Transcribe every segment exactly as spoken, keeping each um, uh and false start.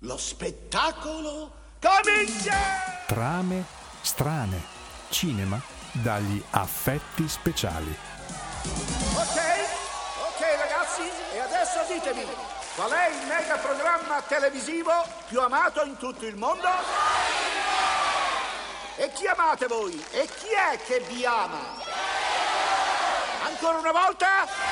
Lo spettacolo comincia! Trame strane. Cinema dagli affetti speciali. Ok, ok ragazzi, e adesso ditemi, qual è il mega programma televisivo più amato in tutto il mondo? E chi amate voi? E chi è che vi ama? Ancora una volta?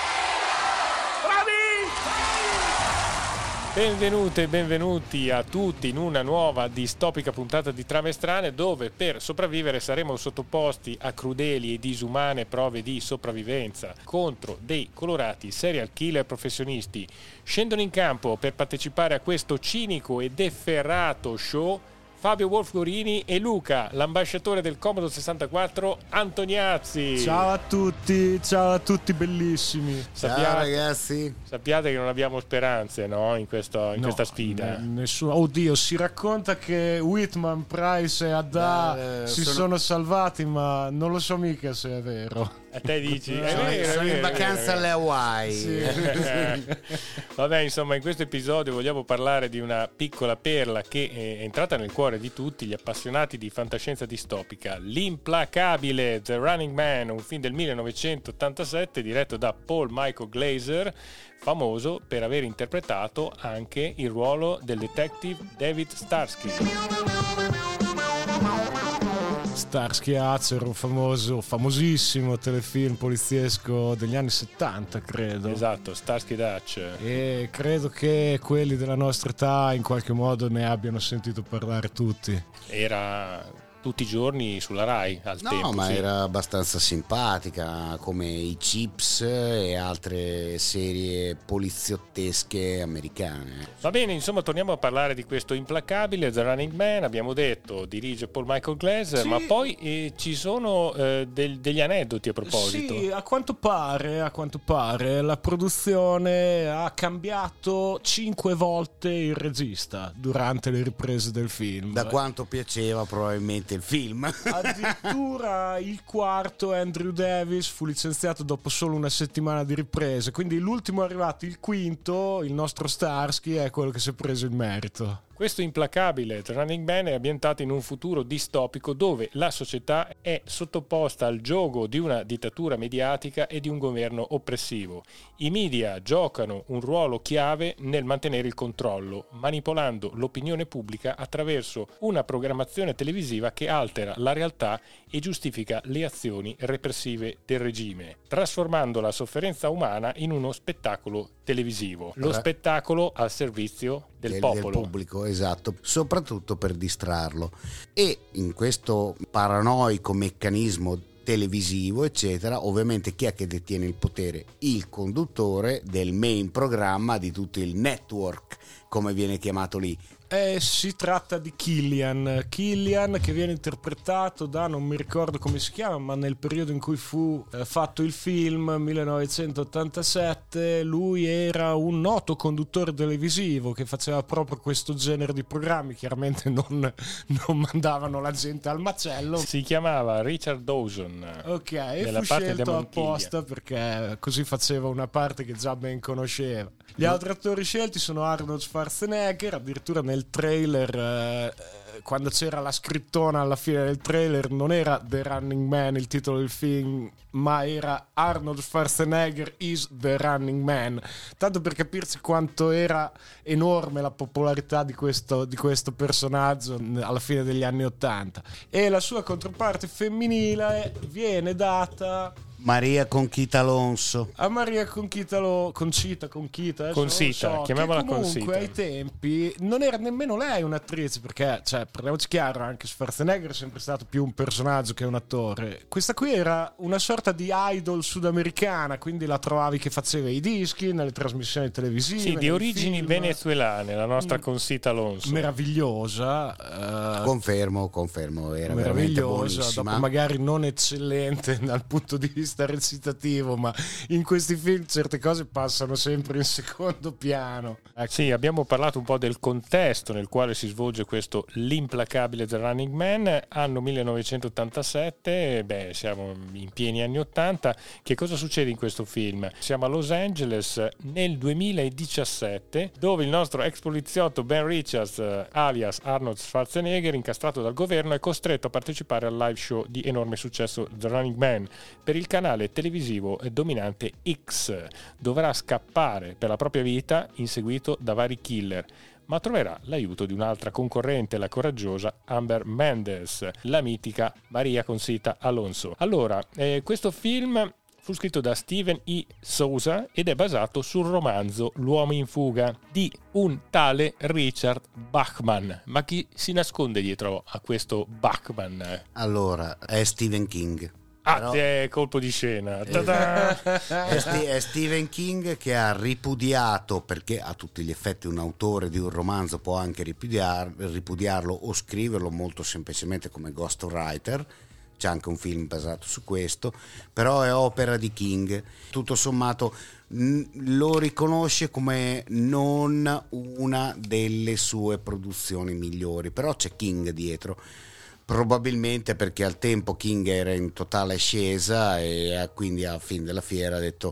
Bravi! Benvenute e benvenuti a tutti in una nuova distopica puntata di Trame Strane, dove per sopravvivere saremo sottoposti a crudeli e disumane prove di sopravvivenza contro dei colorati serial killer professionisti. Scendono in campo per partecipare a questo cinico ed efferrato show Fabio Wolfgorini e Luca, l'ambasciatore del Commodore sessantaquattro Antoniazzi. Ciao a tutti, ciao a tutti bellissimi. Sappiate, ciao ragazzi. Sappiate che non abbiamo speranze, no, in, questo, in no, questa sfida. N- nessuno. Oddio, si racconta che Whitman, Price e Haddad eh, si sono... sono salvati, ma non lo so mica se è vero. A te dici? No, è sono, vero, sono è vero, in vacanza è vero. alle Hawaii. Sì. Vabbè, insomma, in questo episodio vogliamo parlare di una piccola perla che è entrata nel cuore di tutti gli appassionati di fantascienza distopica, L'implacabile The Running Man, un film del millenovecentottantasette diretto da Paul Michael Glaser, famoso per aver interpretato anche il ruolo del detective David Starsky. Starsky e Hutch, un famoso, famosissimo telefilm poliziesco degli anni settanta, credo. Esatto, Starsky e Hutch. E credo che quelli della nostra età in qualche modo ne abbiano sentito parlare tutti. Era tutti i giorni sulla Rai al No, tempo. ma sì. era abbastanza simpatica, come i Chips e altre serie poliziottesche americane. Va bene, insomma, torniamo a parlare di questo implacabile The Running Man. Abbiamo detto, dirige Paul Michael Glaser, Sì. ma poi eh, ci sono eh, del- degli aneddoti a proposito. Sì, a quanto pare, a quanto pare la produzione ha cambiato cinque volte il regista durante le riprese del film. Da quanto piaceva probabilmente il film. Addirittura il quarto, Andrew Davis, fu licenziato dopo solo una settimana di riprese, quindi l'ultimo arrivato, il quinto, il nostro Starsky, è quello che si è preso il merito. Questo implacabile The Running Man è ambientato in un futuro distopico dove la società è sottoposta al giogo di una dittatura mediatica e di un governo oppressivo. I media giocano un ruolo chiave nel mantenere il controllo, manipolando l'opinione pubblica attraverso una programmazione televisiva che altera la realtà e giustifica le azioni repressive del regime, trasformando la sofferenza umana in uno spettacolo televisivo. Lo spettacolo al servizio del, del, popolo. del pubblico, esatto, soprattutto per distrarlo. E in questo paranoico meccanismo televisivo, eccetera, ovviamente chi è che detiene il potere? Il conduttore del main programma di tutto il network, come viene chiamato lì. Eh, si tratta di Killian Killian che viene interpretato da, non mi ricordo come si chiama, ma nel periodo in cui fu eh, fatto il film, millenovecentottantasette, lui era un noto conduttore televisivo che faceva proprio questo genere di programmi. Chiaramente non, non mandavano la gente al macello. Si chiamava Richard Dawson. Ok, nella fu parte scelto demonchiglia. apposta perché così faceva una parte che già ben conosceva. Gli altri attori scelti sono Arnold Schwarzenegger, addirittura nel trailer, eh, quando c'era la scrittona alla fine del trailer, non era The Running Man il titolo del film, ma era Arnold Schwarzenegger is the Running Man, tanto per capirci quanto era enorme la popolarità di questo, di questo personaggio alla fine degli anni Ottanta. E la sua controparte femminile viene data Maria Conchita Alonso. a Maria Conchita, lo, Concita, Conchita, adesso Consita, non lo so, chiamiamola che comunque Consita. ai tempi non era nemmeno lei un'attrice, perché, cioè, parliamoci chiaro, anche Schwarzenegger è sempre stato più un personaggio che un attore. Questa qui era una sorta di idol sudamericana, quindi la trovavi che faceva i dischi nelle trasmissioni televisive. Sì, di nei origini film. venezuelane, la nostra Mm. Consita Alonso. Meravigliosa, eh, Confermo, confermo, era veramente meravigliosa, buonissima. dopo magari non eccellente dal punto di vista vista recitativo, ma in questi film certe cose passano sempre in secondo piano. Ecco. Sì, abbiamo parlato un po' del contesto nel quale si svolge questo L'implacabile The Running Man, anno millenovecentottantasette, beh, siamo in pieni anni ottanta. Che cosa succede in questo film? Siamo a Los Angeles nel duemiladiciassette, dove il nostro ex poliziotto Ben Richards, alias Arnold Schwarzenegger, incastrato dal governo, è costretto a partecipare al live show di enorme successo The Running Man per il canale televisivo dominante X. Dovrà scappare per la propria vita, inseguito da vari killer, ma troverà l'aiuto di un'altra concorrente, la coraggiosa Amber Mendes, la mitica Maria Conchita Alonso. Allora, eh, questo film fu scritto da Steven E. Souza ed è basato sul romanzo L'uomo in fuga di un tale Richard Bachman. Ma chi si nasconde dietro a questo Bachman? Allora, è Stephen King. Ah, Però è colpo di scena. è, Sti- è Stephen King che ha ripudiato, perché a tutti gli effetti un autore di un romanzo può anche ripudiar- ripudiarlo o scriverlo molto semplicemente come ghostwriter. C'è anche un film basato su questo, però è opera di King. Tutto sommato n- lo riconosce come non una delle sue produzioni migliori, però c'è King dietro. Probabilmente perché al tempo King era in totale ascesa e quindi alla fine della fiera ha detto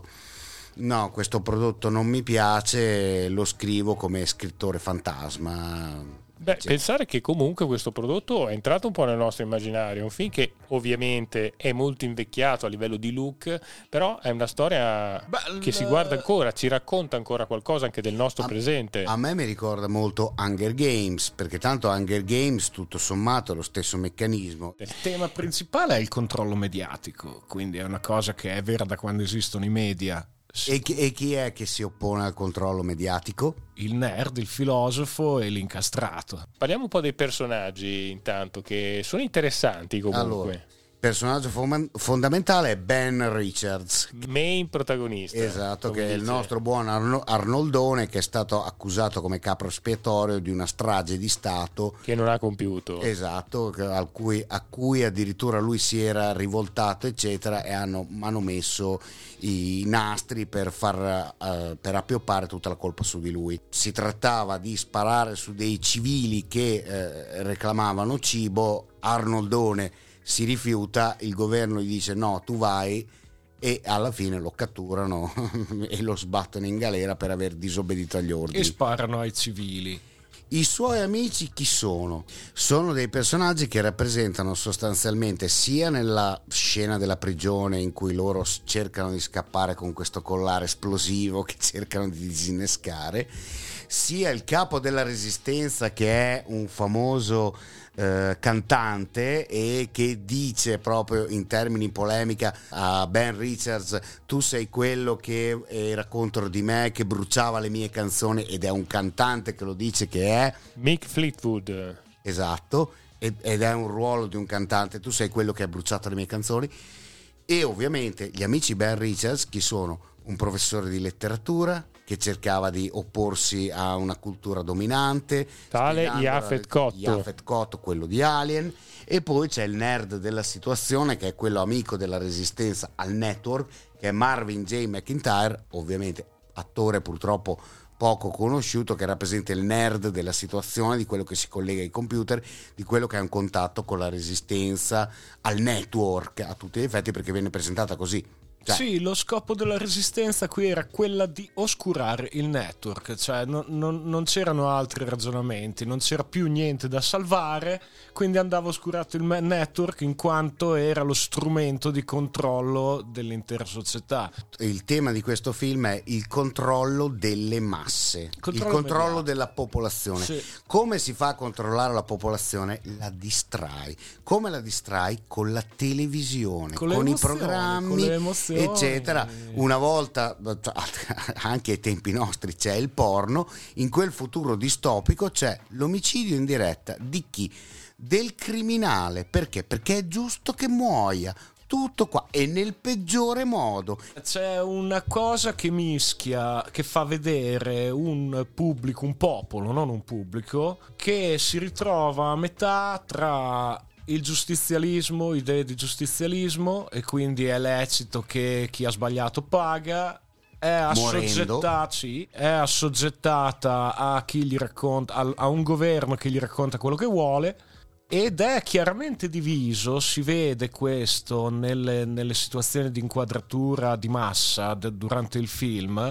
no, questo prodotto non mi piace, lo scrivo come scrittore fantasma. Beh, Sì. Pensare che comunque questo prodotto è entrato un po' nel nostro immaginario, è un film che ovviamente è molto invecchiato a livello di look, però è una storia Beh, che si guarda ancora, ci racconta ancora qualcosa anche del nostro a, presente. A me mi ricorda molto Hunger Games, perché tanto Hunger Games tutto sommato è lo stesso meccanismo. Il tema principale è il controllo mediatico, quindi è una cosa che è vera da quando esistono i media. E chi, e chi è che si oppone al controllo mediatico? Il nerd, il filosofo e l'incastrato. Parliamo un po' dei personaggi intanto, che sono interessanti comunque. Allora, il personaggio fom- fondamentale è Ben Richards, Main protagonista. esatto, come che è il dice. nostro buon Arno- Arnoldone, che è stato accusato come capro espiatorio di una strage di Stato. Che non ha compiuto. Esatto, che- al cui- a cui addirittura lui si era rivoltato, eccetera, e hanno manomesso i nastri per far eh, per appioppare tutta la colpa su di lui. Si trattava di sparare su dei civili che eh, reclamavano cibo. Arnoldone si rifiuta, il governo gli dice no, tu vai, e alla fine lo catturano e lo sbattono in galera per aver disobbedito agli ordini. E sparano ai civili. I suoi amici chi sono? Sono dei personaggi che rappresentano sostanzialmente, sia nella scena della prigione in cui loro cercano di scappare con questo collare esplosivo che cercano di disinnescare, sia il capo della resistenza, che è un famoso eh, cantante e che dice proprio in termini polemica a Ben Richards: tu sei quello che era contro di me, che bruciava le mie canzoni, ed è un cantante che lo dice, che è Mick Fleetwood. esatto, ed ed è un ruolo di un cantante, tu sei quello che ha bruciato le mie canzoni. E ovviamente gli amici Ben Richards chi sono? Un professore di letteratura che cercava di opporsi a una cultura dominante, Tale spiegando Yaphet la- Kotto. Yaphet Kotto, quello di Alien. E poi c'è il nerd della situazione, che è quello amico della resistenza al network, che è Marvin J. McIntyre, ovviamente attore purtroppo poco conosciuto, che rappresenta il nerd della situazione, di quello che si collega ai computer, di quello che ha un contatto con la resistenza al network a tutti gli effetti, perché viene presentata così. Cioè, Sì, lo scopo della resistenza qui era quella di oscurare il network, cioè non, non- non c'erano altri ragionamenti, non c'era più niente da salvare, quindi andava oscurato il me- network in quanto era lo strumento di controllo dell'intera società. il tema di questo film è il controllo delle masse, Controllo il controllo mediatico. della popolazione. Sì. Come si fa a controllare la popolazione? La distrai. Come la distrai? Con la televisione, Con con, le i emozioni, programmi, con le emozioni. eccetera. Una volta, anche ai tempi nostri, c'è il porno. In quel futuro distopico c'è l'omicidio in diretta di chi? Del criminale. Perché? Perché è giusto che muoia. Tutto qua, e nel peggiore modo. C'è una cosa che mischia, che fa vedere un pubblico, un popolo, non un pubblico, che si ritrova a metà tra il giustizialismo, idee di giustizialismo, e quindi è lecito che chi ha sbagliato paga. È assoggettata, sì, è assoggettata a chi gli racconta, a, a un governo che gli racconta quello che vuole, ed è chiaramente diviso. Si vede questo nelle, nelle situazioni di inquadratura di massa de, durante il film,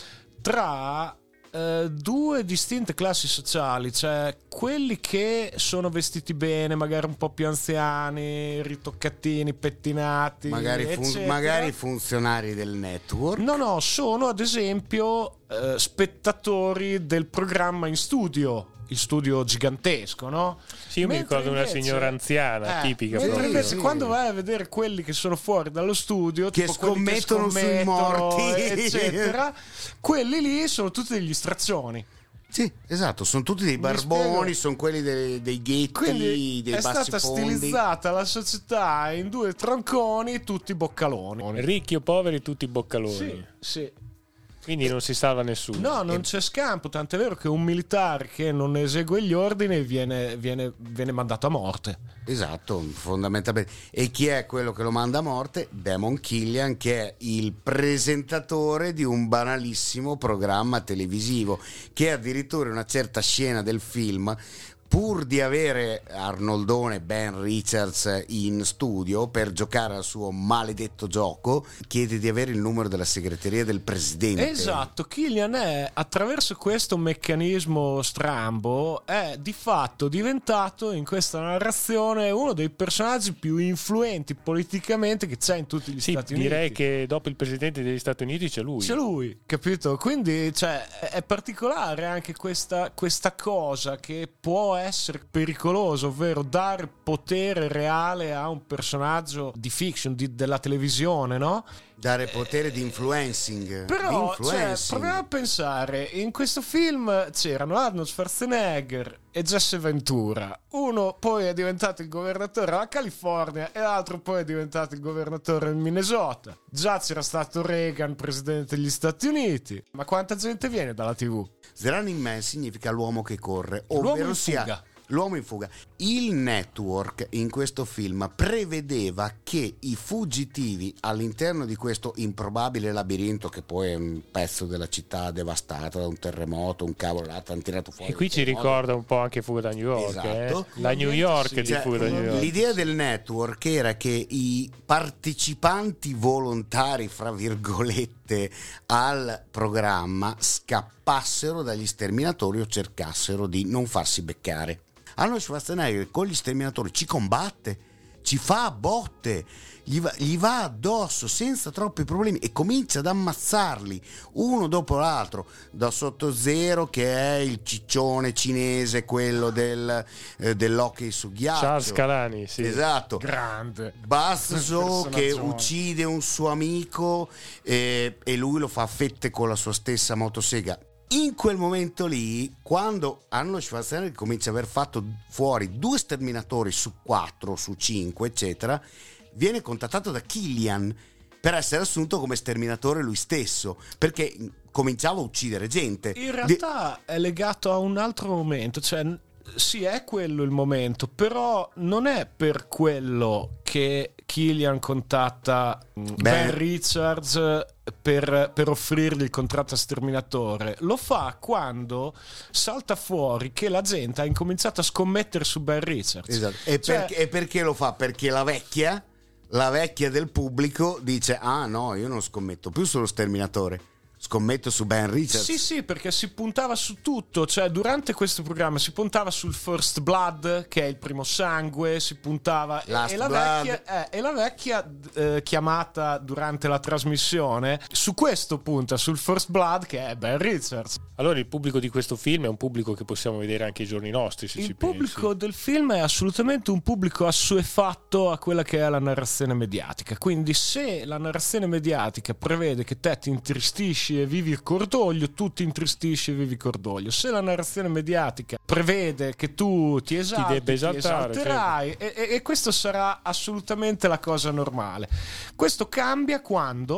tra eh, due distinte classi sociali, cioè quelli che sono vestiti bene, magari un po' più anziani, ritoccatini, pettinati, magari, fun- magari funzionari del network. No, no, sono ad esempio eh, spettatori del programma in studio, il studio gigantesco, no? Sì, io mentre mi ricordo invece, una signora anziana, eh, tipica. Mentre proprio. invece sì. quando vai a vedere quelli che sono fuori dallo studio, Che tipo quelli scommettono che sui scommettono, morti, eccetera, quelli lì sono tutti degli straccioni. Sì, esatto, sono tutti dei barboni, sono quelli dei, dei ghetti, Quindi dei è bassi stata fondi. stilizzata la società in due tronconi, tutti boccaloni. Ricchi o poveri, tutti boccaloni. Sì, sì. Quindi non si salva nessuno. No, non c'è scampo, tant'è vero che un militare che non esegue gli ordini viene, viene, viene mandato a morte. Esatto, fondamentalmente. E chi è quello che lo manda a morte? Damon Killian, che è il presentatore di un banalissimo programma televisivo, che addirittura in una certa scena del film, pur di avere Arnoldone, Ben Richards in studio per giocare al suo maledetto gioco, chiede di avere il numero della segreteria del presidente. Esatto, Killian è, attraverso questo meccanismo strambo, è di fatto diventato in questa narrazione uno dei personaggi più influenti politicamente che c'è in tutti gli Sì, Stati direi Uniti. che dopo il presidente degli Stati Uniti c'è lui. C'è lui, capito? Quindi cioè, è particolare anche questa, questa cosa che può essere pericolosa, ovvero dare potere reale a un personaggio di fiction, di, della televisione, no? Dare potere di influencing. Però di cioè, influencing. proviamo a pensare, in questo film c'erano Arnold Schwarzenegger e Jesse Ventura. Uno poi è diventato il governatore della California e l'altro poi è diventato il governatore del Minnesota. Già c'era stato Reagan, presidente degli Stati Uniti. Ma quanta gente viene dalla tivù? The Running Man significa l'uomo che corre, L'uomo ovvero in sia fuga. l'uomo in fuga. Il network in questo film prevedeva che i fuggitivi all'interno di questo improbabile labirinto, che poi è un pezzo della città devastata da un terremoto, un cavolo là, hanno tirato fuori. E qui il ci terremoto. ricorda un po' anche Fuga da New York. Esatto. eh? La New York Sì. di Cioè, Fuga da New York. l'idea del network era che i partecipanti volontari, fra virgolette, al programma scappassero dagli sterminatori o cercassero di non farsi beccare. Arnold Schwarzenegger con gli sterminatori ci combatte, ci fa a botte, gli va, gli va addosso senza troppi problemi e comincia ad ammazzarli uno dopo l'altro, da Sotto Zero, che è il ciccione cinese, quello del, eh, dell'hockey su ghiaccio, Charles Calani, sì. esatto, Grande. Buzzsaw che Personaggione. uccide un suo amico eh, e lui lo fa a fette con la sua stessa motosega. In quel momento lì, quando Arnold Schwarzenegger comincia a aver fatto fuori due sterminatori su quattro, su cinque, eccetera, viene contattato da Killian per essere assunto come sterminatore lui stesso, perché cominciava a uccidere gente. In realtà è legato a un altro momento, cioè sì, è quello il momento, però non è per quello che Killian contatta Ben, Ben Richards per, per offrirgli il contratto a sterminatore. Lo fa quando salta fuori che la gente ha incominciato a scommettere su Ben Richards. Esatto. E, Cioè, perché, e perché lo fa? Perché la vecchia, la vecchia del pubblico dice: ah no, io non scommetto più sullo sterminatore, scommetto su Ben Richards. Sì, sì, perché si puntava su tutto, cioè durante questo programma si puntava sul First Blood, che è il primo sangue, si puntava Last e la Blood. vecchia, eh, e la vecchia eh, chiamata durante la trasmissione su questo punta, sul First Blood, che è Ben Richards. Allora il pubblico di questo film è un pubblico che possiamo vedere anche ai giorni nostri, se Il ci pubblico pensi. del film è assolutamente un pubblico assuefatto a quella che è la narrazione mediatica, quindi se la narrazione mediatica prevede che te ti intristisci e vivi il cordoglio, tu ti intristisci e vivi il cordoglio. Se la narrazione mediatica prevede che tu ti esalti, debba ti esaltare, esalterai, e, e, e questo sarà assolutamente la cosa normale. Questo cambia quando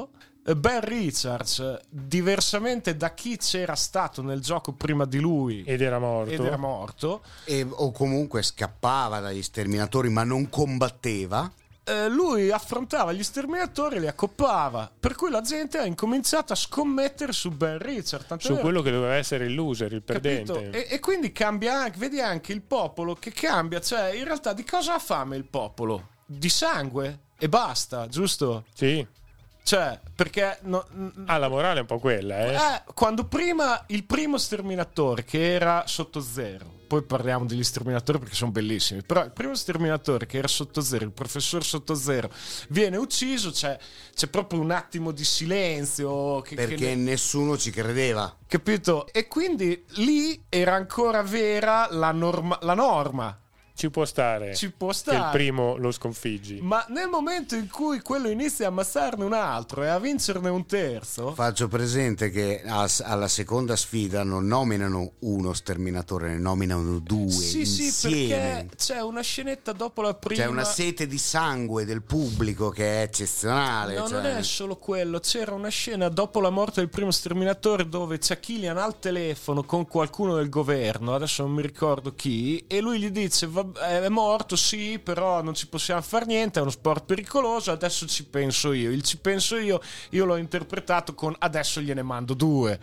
Ben Richards, diversamente da chi c'era stato nel gioco prima di lui ed era morto, ed era morto e, o comunque scappava dagli sterminatori ma non combatteva, eh, lui affrontava gli sterminatori e li accoppava, per cui la gente ha incominciato a scommettere su Ben Richards, su quello che doveva essere il loser, il perdente. E, e quindi cambia anche, vedi anche il popolo che cambia, cioè in realtà di cosa ha fame il popolo? Di sangue e basta, giusto? Sì. Cioè, perché no, ah, la morale è un po' quella, eh? eh quando prima il primo sterminatore che era sotto zero, poi parliamo degli sterminatori perché sono bellissimi, però il primo sterminatore che era sotto zero, il professor sotto zero, viene ucciso, c'è, c'è proprio un attimo di silenzio che, perché che ne... nessuno ci credeva, capito? E quindi lì era ancora vera la norma, la norma. Ci può stare, Ci può stare che il primo lo sconfiggi. Ma nel momento in cui quello inizia a ammassarne un altro e a vincerne un terzo, faccio presente che a, alla seconda sfida non nominano uno sterminatore, ne nominano due sì, insieme. Sì, perché c'è una scenetta dopo la prima. C'è una sete di sangue del pubblico che è eccezionale. No, cioè... non è solo quello. C'era una scena dopo la morte del primo sterminatore dove c'è Killian al telefono con qualcuno del governo, adesso non mi ricordo chi, e lui gli dice: va è morto, sì, però non ci possiamo fare niente, è uno sport pericoloso, adesso ci penso io. Il ci penso io, io l'ho interpretato con adesso gliene mando due.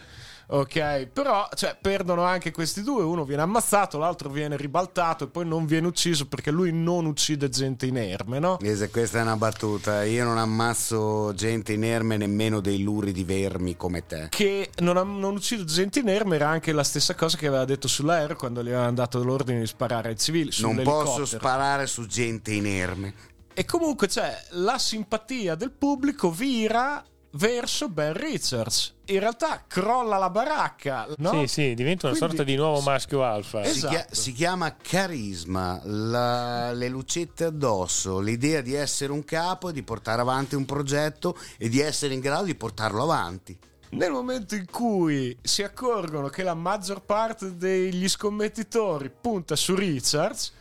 Ok, però cioè, perdono anche questi due, uno viene ammazzato, l'altro viene ribaltato e poi non viene ucciso perché lui non uccide gente inerme, no? Questa è una battuta, io non ammazzo gente inerme nemmeno dei luridi vermi come te. Che non, non uccido gente inerme era anche la stessa cosa che aveva detto sull'aereo quando gli avevano dato l'ordine di sparare ai civili. Non posso sparare su gente inerme. E comunque cioè, la simpatia del pubblico vira verso Ben Richards. In realtà crolla la baracca, no? Sì, sì, diventa una Quindi... sorta di nuovo maschio alfa. Esatto. Si, chia- si chiama carisma, la, le lucette addosso, l'idea di essere un capo e di portare avanti un progetto e di essere in grado di portarlo avanti. Nel momento in cui si accorgono che la maggior parte degli scommettitori punta su Richards,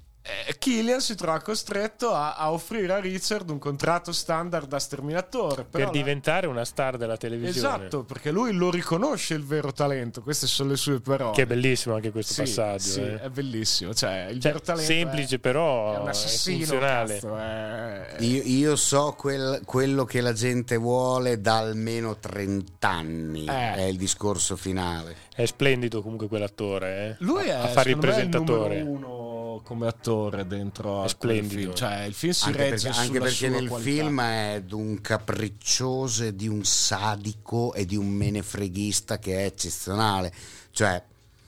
eh, Killian si trova costretto a, a offrire a Richard un contratto standard da sterminatore per la... diventare una star della televisione. Esatto, perché lui lo riconosce il vero talento, queste sono le sue parole. Che è bellissimo anche questo sì, passaggio. Sì, eh. è bellissimo, cioè il cioè, vero talento semplice è, però è un assassino, è funzionale. Cazzo, è... Io, io so quel, quello che la gente vuole da almeno trent'anni, eh. è il discorso finale. È splendido comunque quell'attore, eh? Lui è, a fare il presentatore. È il numero uno come attore dentro è splendido, film. Cioè il film si anche regge perché, anche perché nel qualità. film è di un capriccioso e di un sadico e di un menefreghista che è eccezionale, cioè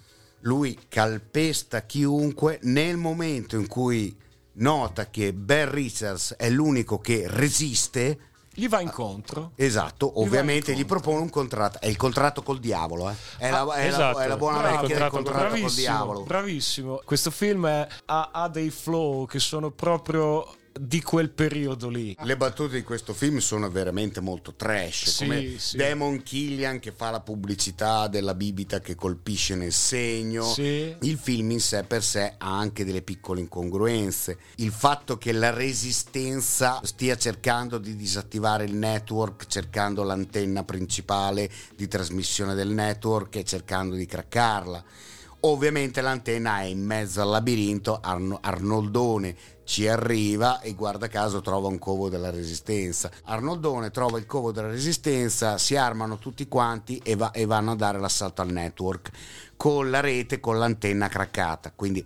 lui calpesta chiunque nel momento in cui nota che Ben Richards è l'unico che resiste. Gli va incontro. Esatto, ovviamente gli propone un contratto. È il contratto col diavolo, eh? È, ah, la, è, esatto. la, è la buona Bravo, vecchia del contratto bravissimo, col diavolo. Bravissimo. Questo film è, ha, ha dei flow che sono proprio di quel periodo lì. Le battute di questo film sono veramente molto trash, sì, come sì. Damon Killian che fa la pubblicità della bibita che colpisce nel segno. Sì. Il film in sé per sé ha anche delle piccole incongruenze. Il fatto che la resistenza stia cercando di disattivare il network, cercando l'antenna principale di trasmissione del network e cercando di craccarla. Ovviamente l'antenna è in mezzo al labirinto, Arno- Arnoldone ci arriva e guarda caso trova un covo della resistenza. Arnoldone trova il covo della resistenza, si armano tutti quanti e, va- e vanno a dare l'assalto al network con la rete, con l'antenna craccata. Quindi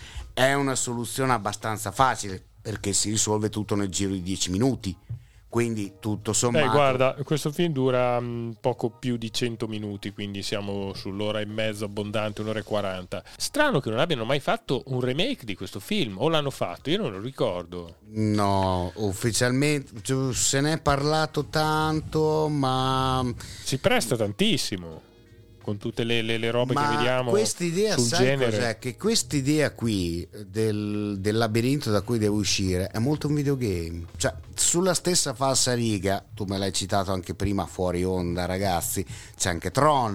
è una soluzione abbastanza facile perché si risolve tutto nel giro di dieci minuti. Quindi tutto sommato. Eh, guarda, questo film dura mh, poco più di cento minuti, quindi siamo sull'ora e mezzo abbondante, un'ora e quaranta. Strano che non abbiano mai fatto un remake di questo film, o l'hanno fatto? Io non lo ricordo. No, ufficialmente se ne è parlato tanto, ma si presta tantissimo con tutte le, le, le robe ma che vediamo quest'idea, sul sai genere. Cos'è? Che quest'idea qui del, del labirinto da cui devo uscire è molto un videogame, cioè sulla stessa falsa riga, tu me l'hai citato anche prima fuori onda ragazzi, c'è anche Tron,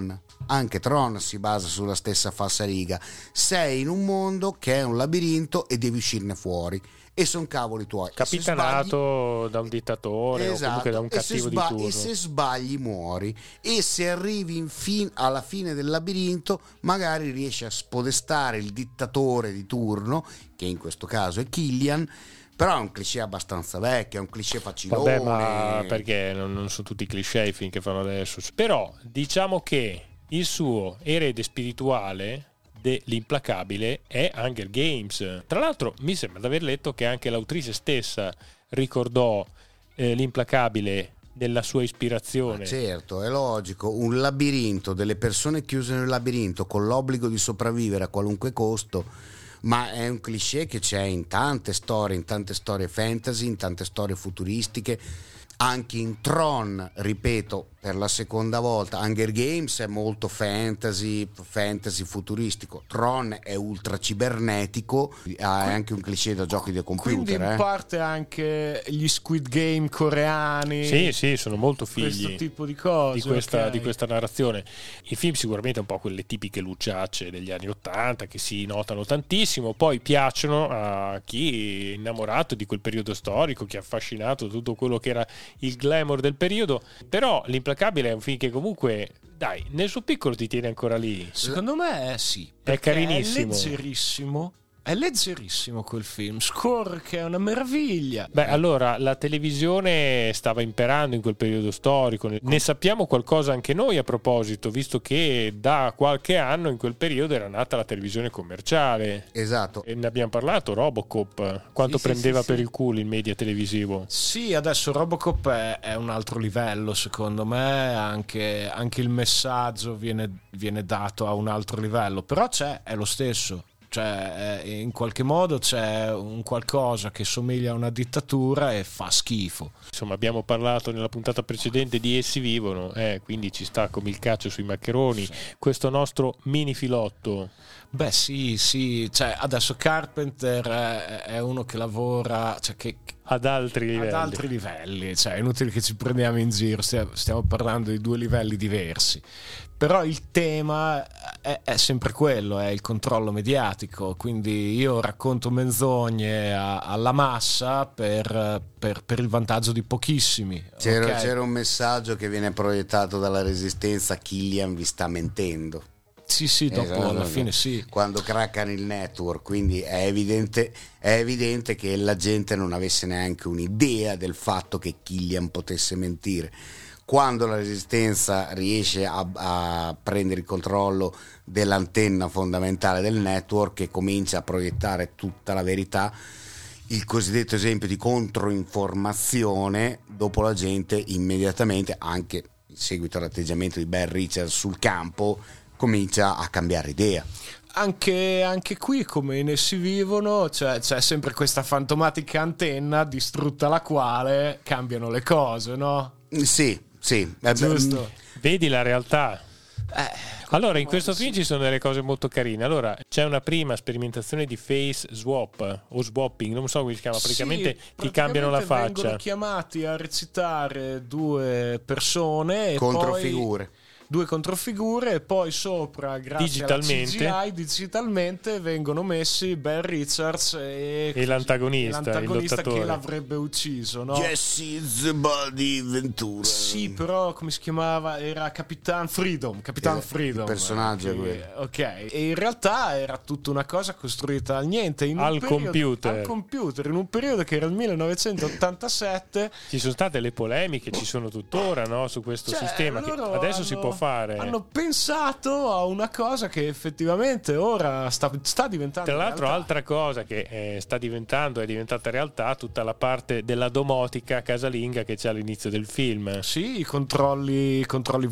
anche Tron si basa sulla stessa falsariga. Sei in un mondo che è un labirinto e devi uscirne fuori, e sono cavoli tuoi, capitanato sbagli... da un dittatore, esatto, o comunque da un cattivo sba- di turno, e se sbagli muori, e se arrivi in fin- alla fine del labirinto magari riesci a spodestare il dittatore di turno, che in questo caso è Killian. Però è un cliché abbastanza vecchio, è un cliché facilone. Vabbè, ma perché non, non sono tutti cliché i film che fanno adesso. Però diciamo che il suo erede spirituale dell'implacabile è Hunger Games. Tra l'altro mi sembra di aver letto che anche l'autrice stessa ricordò eh, l'implacabile nella sua ispirazione. Ma certo, è logico, un labirinto, delle persone chiuse nel labirinto con l'obbligo di sopravvivere a qualunque costo. Ma è un cliché che c'è in tante storie, in tante storie fantasy, in tante storie futuristiche, anche in Tron, ripeto per la seconda volta. Hunger Games è molto fantasy, fantasy futuristico. Tron è ultra cibernetico, ha anche un cliché da giochi da computer. Quindi in eh. parte anche gli Squid Game coreani. Sì, sì, sono molto figli questo tipo di cose, di questa, okay. di questa narrazione. Il film sicuramente è un po' quelle tipiche lucciacce degli anni ottanta che si notano tantissimo, poi piacciono a chi è innamorato di quel periodo storico, chi è affascinato da tutto quello che era il glamour del periodo. Però l'implacabile è un film che comunque, dai, nel suo piccolo ti tiene ancora lì. Secondo me sì, è carinissimo, è leggerissimo. È leggerissimo quel film, scorre che è una meraviglia. Beh, allora la televisione stava imperando in quel periodo storico, ne sappiamo qualcosa anche noi a proposito, visto che da qualche anno in quel periodo era nata la televisione commerciale. Esatto. E ne abbiamo parlato, Robocop, quanto sì, prendeva sì, sì, per sì. il culo il media televisivo. Sì, adesso Robocop è, è un altro livello, secondo me, anche, anche il messaggio viene, viene dato a un altro livello, però c'è, è lo stesso. Cioè, in qualche modo c'è un qualcosa che somiglia a una dittatura e fa schifo. Insomma, abbiamo parlato nella puntata precedente di Essi vivono, eh, quindi ci sta come il caccio sui maccheroni, sì. Questo nostro mini filotto. Beh sì, sì, cioè adesso Carpenter è, è uno che lavora, cioè che ad altri livelli. Ad altri livelli, cioè è inutile che ci prendiamo in giro, stiamo, stiamo parlando di due livelli diversi. Però il tema è, è sempre quello, è il controllo mediatico, quindi io racconto menzogne a, alla massa per, per, per il vantaggio di pochissimi. C'era, okay? c'era un messaggio che viene proiettato dalla Resistenza: Killian vi sta mentendo. Sì, sì, dopo esatto, alla fine sì. Quando craccano il network, quindi è evidente, è evidente che la gente non avesse neanche un'idea del fatto che Killian potesse mentire. Quando la Resistenza riesce a, a prendere il controllo dell'antenna fondamentale del network e comincia a proiettare tutta la verità, il cosiddetto esempio di controinformazione, dopo la gente immediatamente, anche in seguito all'atteggiamento di Ben Richards sul campo, comincia a cambiare idea. Anche, anche qui, come in Essi vivono, c'è, c'è sempre questa fantomatica antenna distrutta la quale cambiano le cose, no? Sì, sì. Giusto. Vedi la realtà. Eh, allora, in questo film ci sono delle cose molto carine. Allora, c'è una prima sperimentazione di face swap o swapping, non so come si chiama, praticamente sì, ti cambiano la faccia. Vengono chiamati a recitare due persone e controfigure. Poi due controfigure e poi sopra, grazie digitalmente, alla C G I, digitalmente vengono messi Ben Richards e, e l'antagonista, e l'antagonista il che l'avrebbe ucciso, no? Jesse's Body Ventura. Sì, però come si chiamava? Era Capitan Freedom, Capitan eh, Freedom. Il personaggio eh, è quello. Ok, e in realtà era tutta una cosa costruita al niente, in al un periodo, computer. Al computer, in un periodo che era il millenovecentottantasette. Ci sono state le polemiche, ci sono tuttora, no, su questo cioè, sistema che adesso hanno, si può fare. Hanno pensato a una cosa che effettivamente ora sta, sta diventando Tra l'altro, realtà. altra cosa che eh, sta diventando, è diventata realtà, tutta la parte della domotica casalinga che c'è all'inizio del film. Sì, i controlli, controlli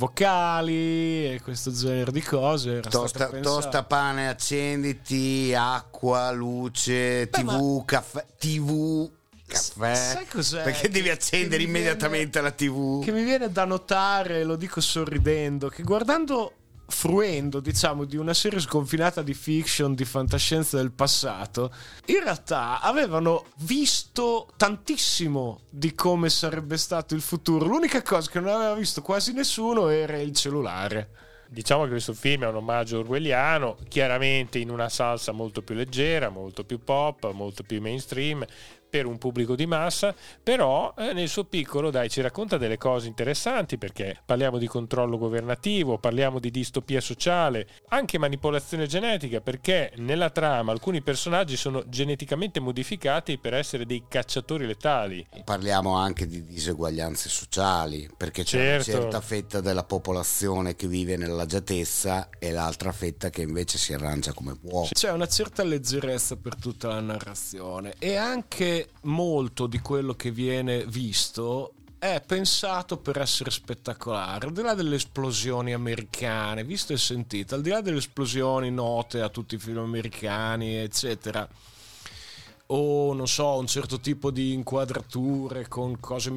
vocali e questo genere di cose. Era Tosta, tosta pane, accenditi, acqua, luce, Beh, tivù, ma... caffè, tivù. Caffè. Sai cos'è? Perché devi accendere immediatamente viene, la tivù? Che mi viene da notare, lo dico sorridendo, che guardando, fruendo, diciamo, di una serie sconfinata di fiction, di fantascienza del passato, in realtà avevano visto tantissimo di come sarebbe stato il futuro. L'unica cosa che non aveva visto quasi nessuno era il cellulare. Diciamo che questo film è un omaggio orwelliano, chiaramente in una salsa molto più leggera, molto più pop, molto più mainstream, per un pubblico di massa, però eh, nel suo piccolo dai ci racconta delle cose interessanti, perché parliamo di controllo governativo, parliamo di distopia sociale, anche manipolazione genetica, perché nella trama alcuni personaggi sono geneticamente modificati per essere dei cacciatori letali. Parliamo anche di diseguaglianze sociali, perché c'è certo. una certa fetta della popolazione che vive nell'agiatezza e l'altra fetta che invece si arrangia come può. C'è una certa leggerezza per tutta la narrazione, e anche molto di quello che viene visto è pensato per essere spettacolare, al di là delle esplosioni americane, visto e sentito, al di là delle esplosioni note a tutti i film americani, eccetera, o non so, un certo tipo di inquadrature con cose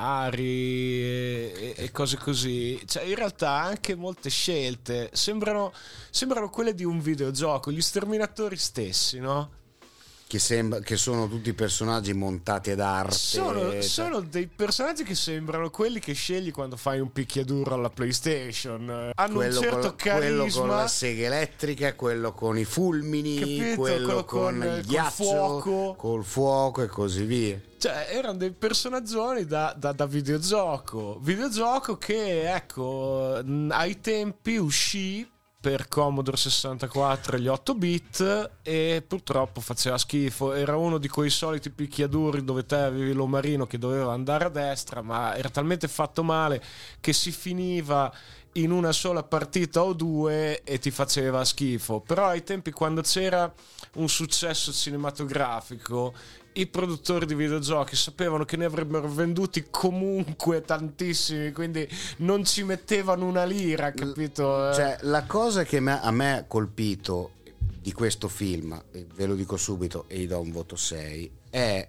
militari e, e cose così. Cioè, in realtà anche molte scelte sembrano, sembrano quelle di un videogioco, gli sterminatori stessi, no? Che, sembra, che sono tutti personaggi montati ad arte. Sono, sono dei personaggi che sembrano quelli che scegli quando fai un picchiaduro alla PlayStation. Hanno quello un certo con, carisma. Quello con la sega elettrica, quello con i fulmini, capito? quello, quello con, con il ghiaccio, fuoco. col fuoco e così via. Cioè, erano dei personaggioni da, da, da videogioco. Videogioco che, ecco, ai tempi uscì per Commodore sessantaquattro e gli otto bit e purtroppo faceva schifo. Era uno di quei soliti picchiaduri dove te avevi l'omarino che doveva andare a destra, ma era talmente fatto male che si finiva in una sola partita o due e ti faceva schifo. Però ai tempi, quando c'era un successo cinematografico, i produttori di videogiochi sapevano che ne avrebbero venduti comunque tantissimi, quindi non ci mettevano una lira, capito? Cioè, la cosa che a me ha colpito di questo film, e ve lo dico subito e gli do un voto sei, è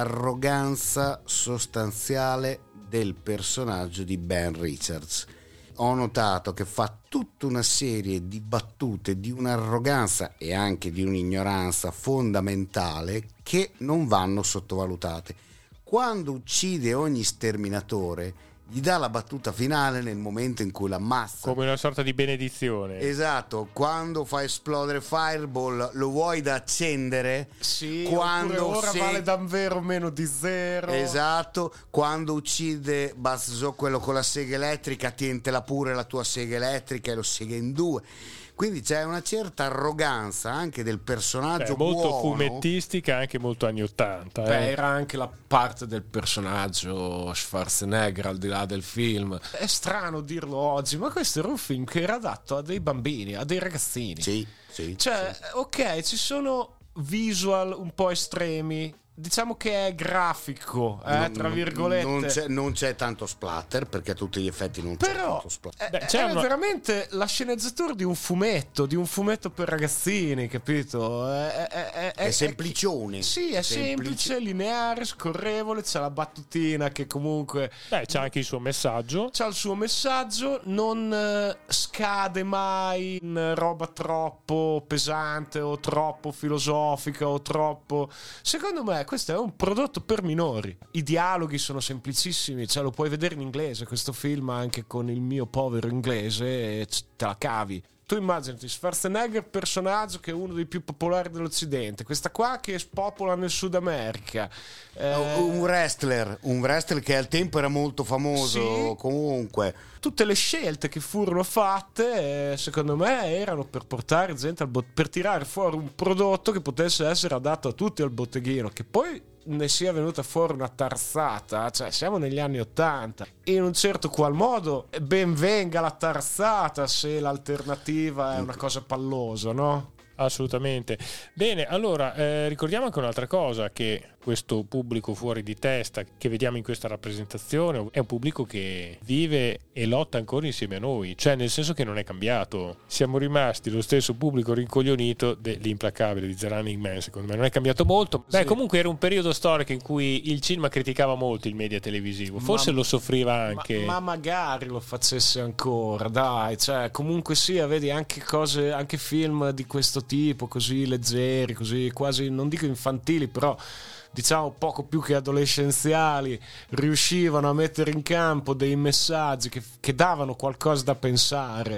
l'arroganza sostanziale del personaggio di Ben Richards. Ho notato che fa tutta una serie di battute di un'arroganza e anche di un'ignoranza fondamentale che non vanno sottovalutate. Quando uccide ogni sterminatore, gli dà la battuta finale nel momento in cui l'ammazza, come una sorta di benedizione. Esatto, quando fa esplodere Fireball lo vuoi da accendere, sì, quando ora se... vale davvero meno di zero. Esatto, quando uccide Buzzsaw, quello con la sega elettrica, tientela pure la tua sega elettrica e lo sega in due. Quindi c'è una certa arroganza anche del personaggio, Beh, molto buono. fumettistica, anche molto anni ottanta. Beh, eh. era anche la parte del personaggio Schwarzenegger al di là del film. È strano dirlo oggi, ma questo era un film che era adatto a dei bambini, a dei ragazzini. Sì, sì. Cioè, sì. ok, ci sono visual un po' estremi, diciamo che è grafico, eh, Non- tra virgolette. Non c'è, non c'è tanto splatter, perché a tutti gli effetti non c'è Però tanto splatter. è, Beh, c'è è una- veramente la sceneggiatura di un fumetto, di un fumetto per ragazzini, capito? È, è, è, È semplicione. Sì, è Semplice. semplice, lineare, scorrevole, c'è la battutina che comunque Beh, c'è anche il suo messaggio. c'ha il suo messaggio, non eh, scade mai in roba troppo pesante o troppo filosofica o troppo... Secondo me questo è un prodotto per minori. I dialoghi sono semplicissimi, cioè lo puoi vedere in inglese questo film anche con il mio povero inglese e c- te la cavi. Tu immaginati Schwarzenegger, personaggio che è uno dei più popolari dell'Occidente, questa qua che spopola nel Sud America. Eh, Un wrestler, un wrestler che al tempo era molto famoso, Sì. comunque. Tutte le scelte che furono fatte, eh, secondo me, erano per portare gente al bot- per tirare fuori un prodotto che potesse essere adatto a tutti al botteghino, che poi ne sia venuta fuori una tarzata, cioè siamo negli anni ottanta, in un certo qual modo ben venga la tarzata se l'alternativa è una cosa pallosa, no? Assolutamente. Bene, allora eh, ricordiamo anche un'altra cosa, che questo pubblico fuori di testa che vediamo in questa rappresentazione è un pubblico che vive e lotta ancora insieme a noi, cioè nel senso che non è cambiato, siamo rimasti lo stesso pubblico rincoglionito dell'implacabile di The Running Man, secondo me non è cambiato molto. Beh, Sì. comunque era un periodo storico in cui il cinema criticava molto il media televisivo, forse Ma- lo soffriva anche. Ma, ma magari lo facesse ancora, dai, cioè comunque sia, vedi anche cose, anche film di questo tipo, così leggeri, così quasi, non dico infantili, però diciamo poco più che adolescenziali, riuscivano a mettere in campo dei messaggi che, che davano qualcosa da pensare.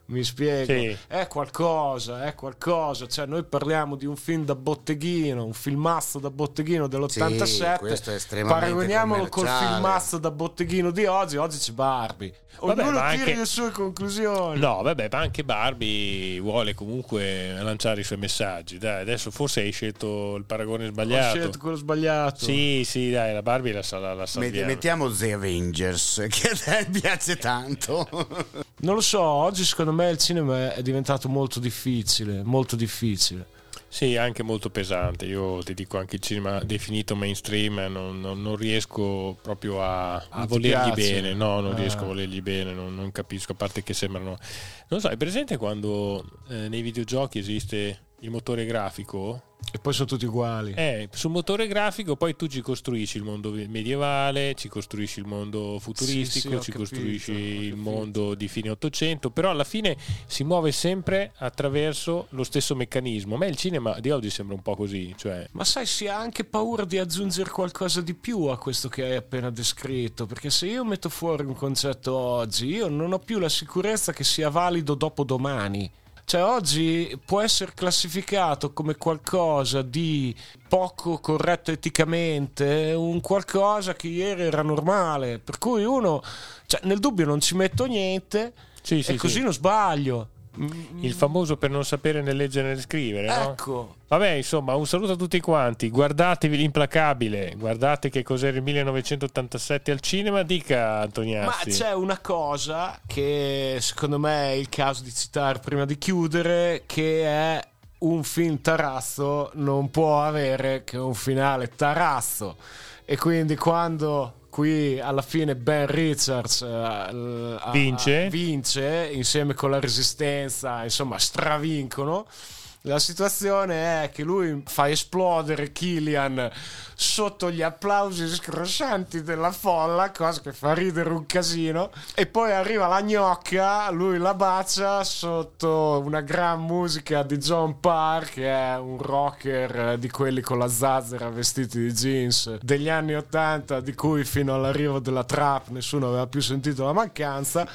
Mi spiego? Sì. È qualcosa, è qualcosa. Cioè, noi parliamo di un film da botteghino, un filmazzo da botteghino dell'ottantasette. Sì, questo è estremamente paragoniamolo col commerciale. filmazzo da botteghino di oggi. Oggi c'è Barbie. Vabbè, Ognuno ma tira anche- le sue conclusioni. No, vabbè, ma anche Barbie vuole comunque lanciare i suoi messaggi. Dai, adesso forse hai scelto il paragone Ho sbagliato. scelto quello sbagliato. Sì, sì, dai, la Barbie la, sa- la, la Met- salviamo. mettiamo The Avengers, che a te piace tanto. Non lo so, oggi secondo me il cinema è diventato molto difficile, molto difficile. Sì, anche molto pesante. Io ti dico, anche il cinema definito mainstream non, non- non riesco proprio a, a Non ti volergli piace? bene. No, non Ah. riesco a volergli bene, non, non capisco, a parte che sembrano... Non so, è presente quando eh, nei videogiochi esiste il motore grafico? E poi sono tutti uguali. Eh, sul motore grafico poi tu ci costruisci il mondo medievale, ci costruisci il mondo futuristico, Sì, sì, ho ci capito, costruisci ho il capito. mondo di fine Ottocento, però alla fine si muove sempre attraverso lo stesso meccanismo. A me il cinema di oggi sembra un po' così, cioè... Ma sai, si ha anche paura di aggiungere qualcosa di più a questo che hai appena descritto, perché se io metto fuori un concetto oggi, io non ho più la sicurezza che sia valido dopo domani. Cioè oggi può essere classificato come qualcosa di poco corretto eticamente, un qualcosa che ieri era normale, per cui uno, cioè, nel dubbio non ci metto niente Sì, sì, e così sì. non sbaglio. Il famoso per non sapere né leggere né scrivere, no? Ecco. Vabbè, insomma, un saluto a tutti quanti. Guardatevi l'Implacabile, guardate che cos'era il millenovecentottantasette al cinema. Dica, Ma Antoniazzi. c'è una cosa che secondo me è il caso di citare prima di chiudere, che è un film tarazzo non può avere che un finale tarazzo, e quindi quando qui alla fine Ben Richards eh, l- a- Vince. vince insieme con la Resistenza, insomma stravincono. La situazione è che lui fa esplodere Killian sotto gli applausi scroscianti della folla, cosa che fa ridere un casino, e poi arriva la gnocca, lui la bacia sotto una gran musica di John Parr, che è un rocker di quelli con la zazzera vestiti di jeans degli anni ottanta, di cui fino all'arrivo della trap nessuno aveva più sentito la mancanza.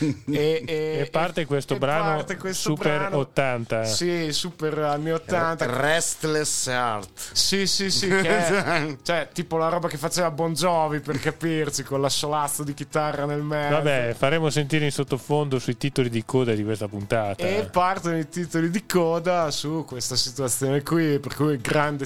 e, E parte questo e brano parte questo super brano. ottanta. Sì, super anni ottanta. Restless Heart. Sì, sì, sì, che è, cioè, tipo la roba che faceva Bon Jovi, per capirci, con l'assolazzo di chitarra nel mezzo. Vabbè, faremo sentire in sottofondo sui titoli di coda di questa puntata. E partono i titoli di coda su questa situazione qui, per cui grande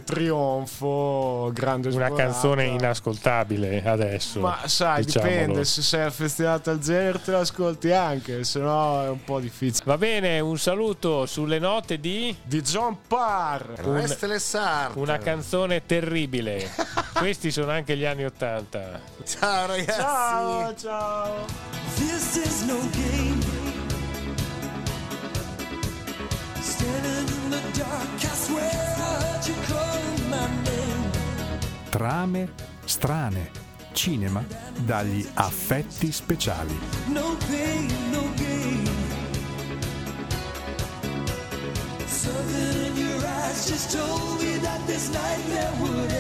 trionfo, grande Una svolata. canzone inascoltabile adesso. Ma sai, diciamolo. dipende, se sei affezionato al genere te l'ascolti anche, se no è un po' difficile. Va bene, un saluto sulle note di Di John Parr. Restless Heart. una canzone terribile. Questi sono anche gli anni ottanta. Ciao ragazzi. Ciao, ciao. This is no game. Standing in the dark, I swear I heard you calling my name. Trame strane. Cinema dagli affetti speciali. No pain, no gain. Something in your eyes just told me that this nightmare would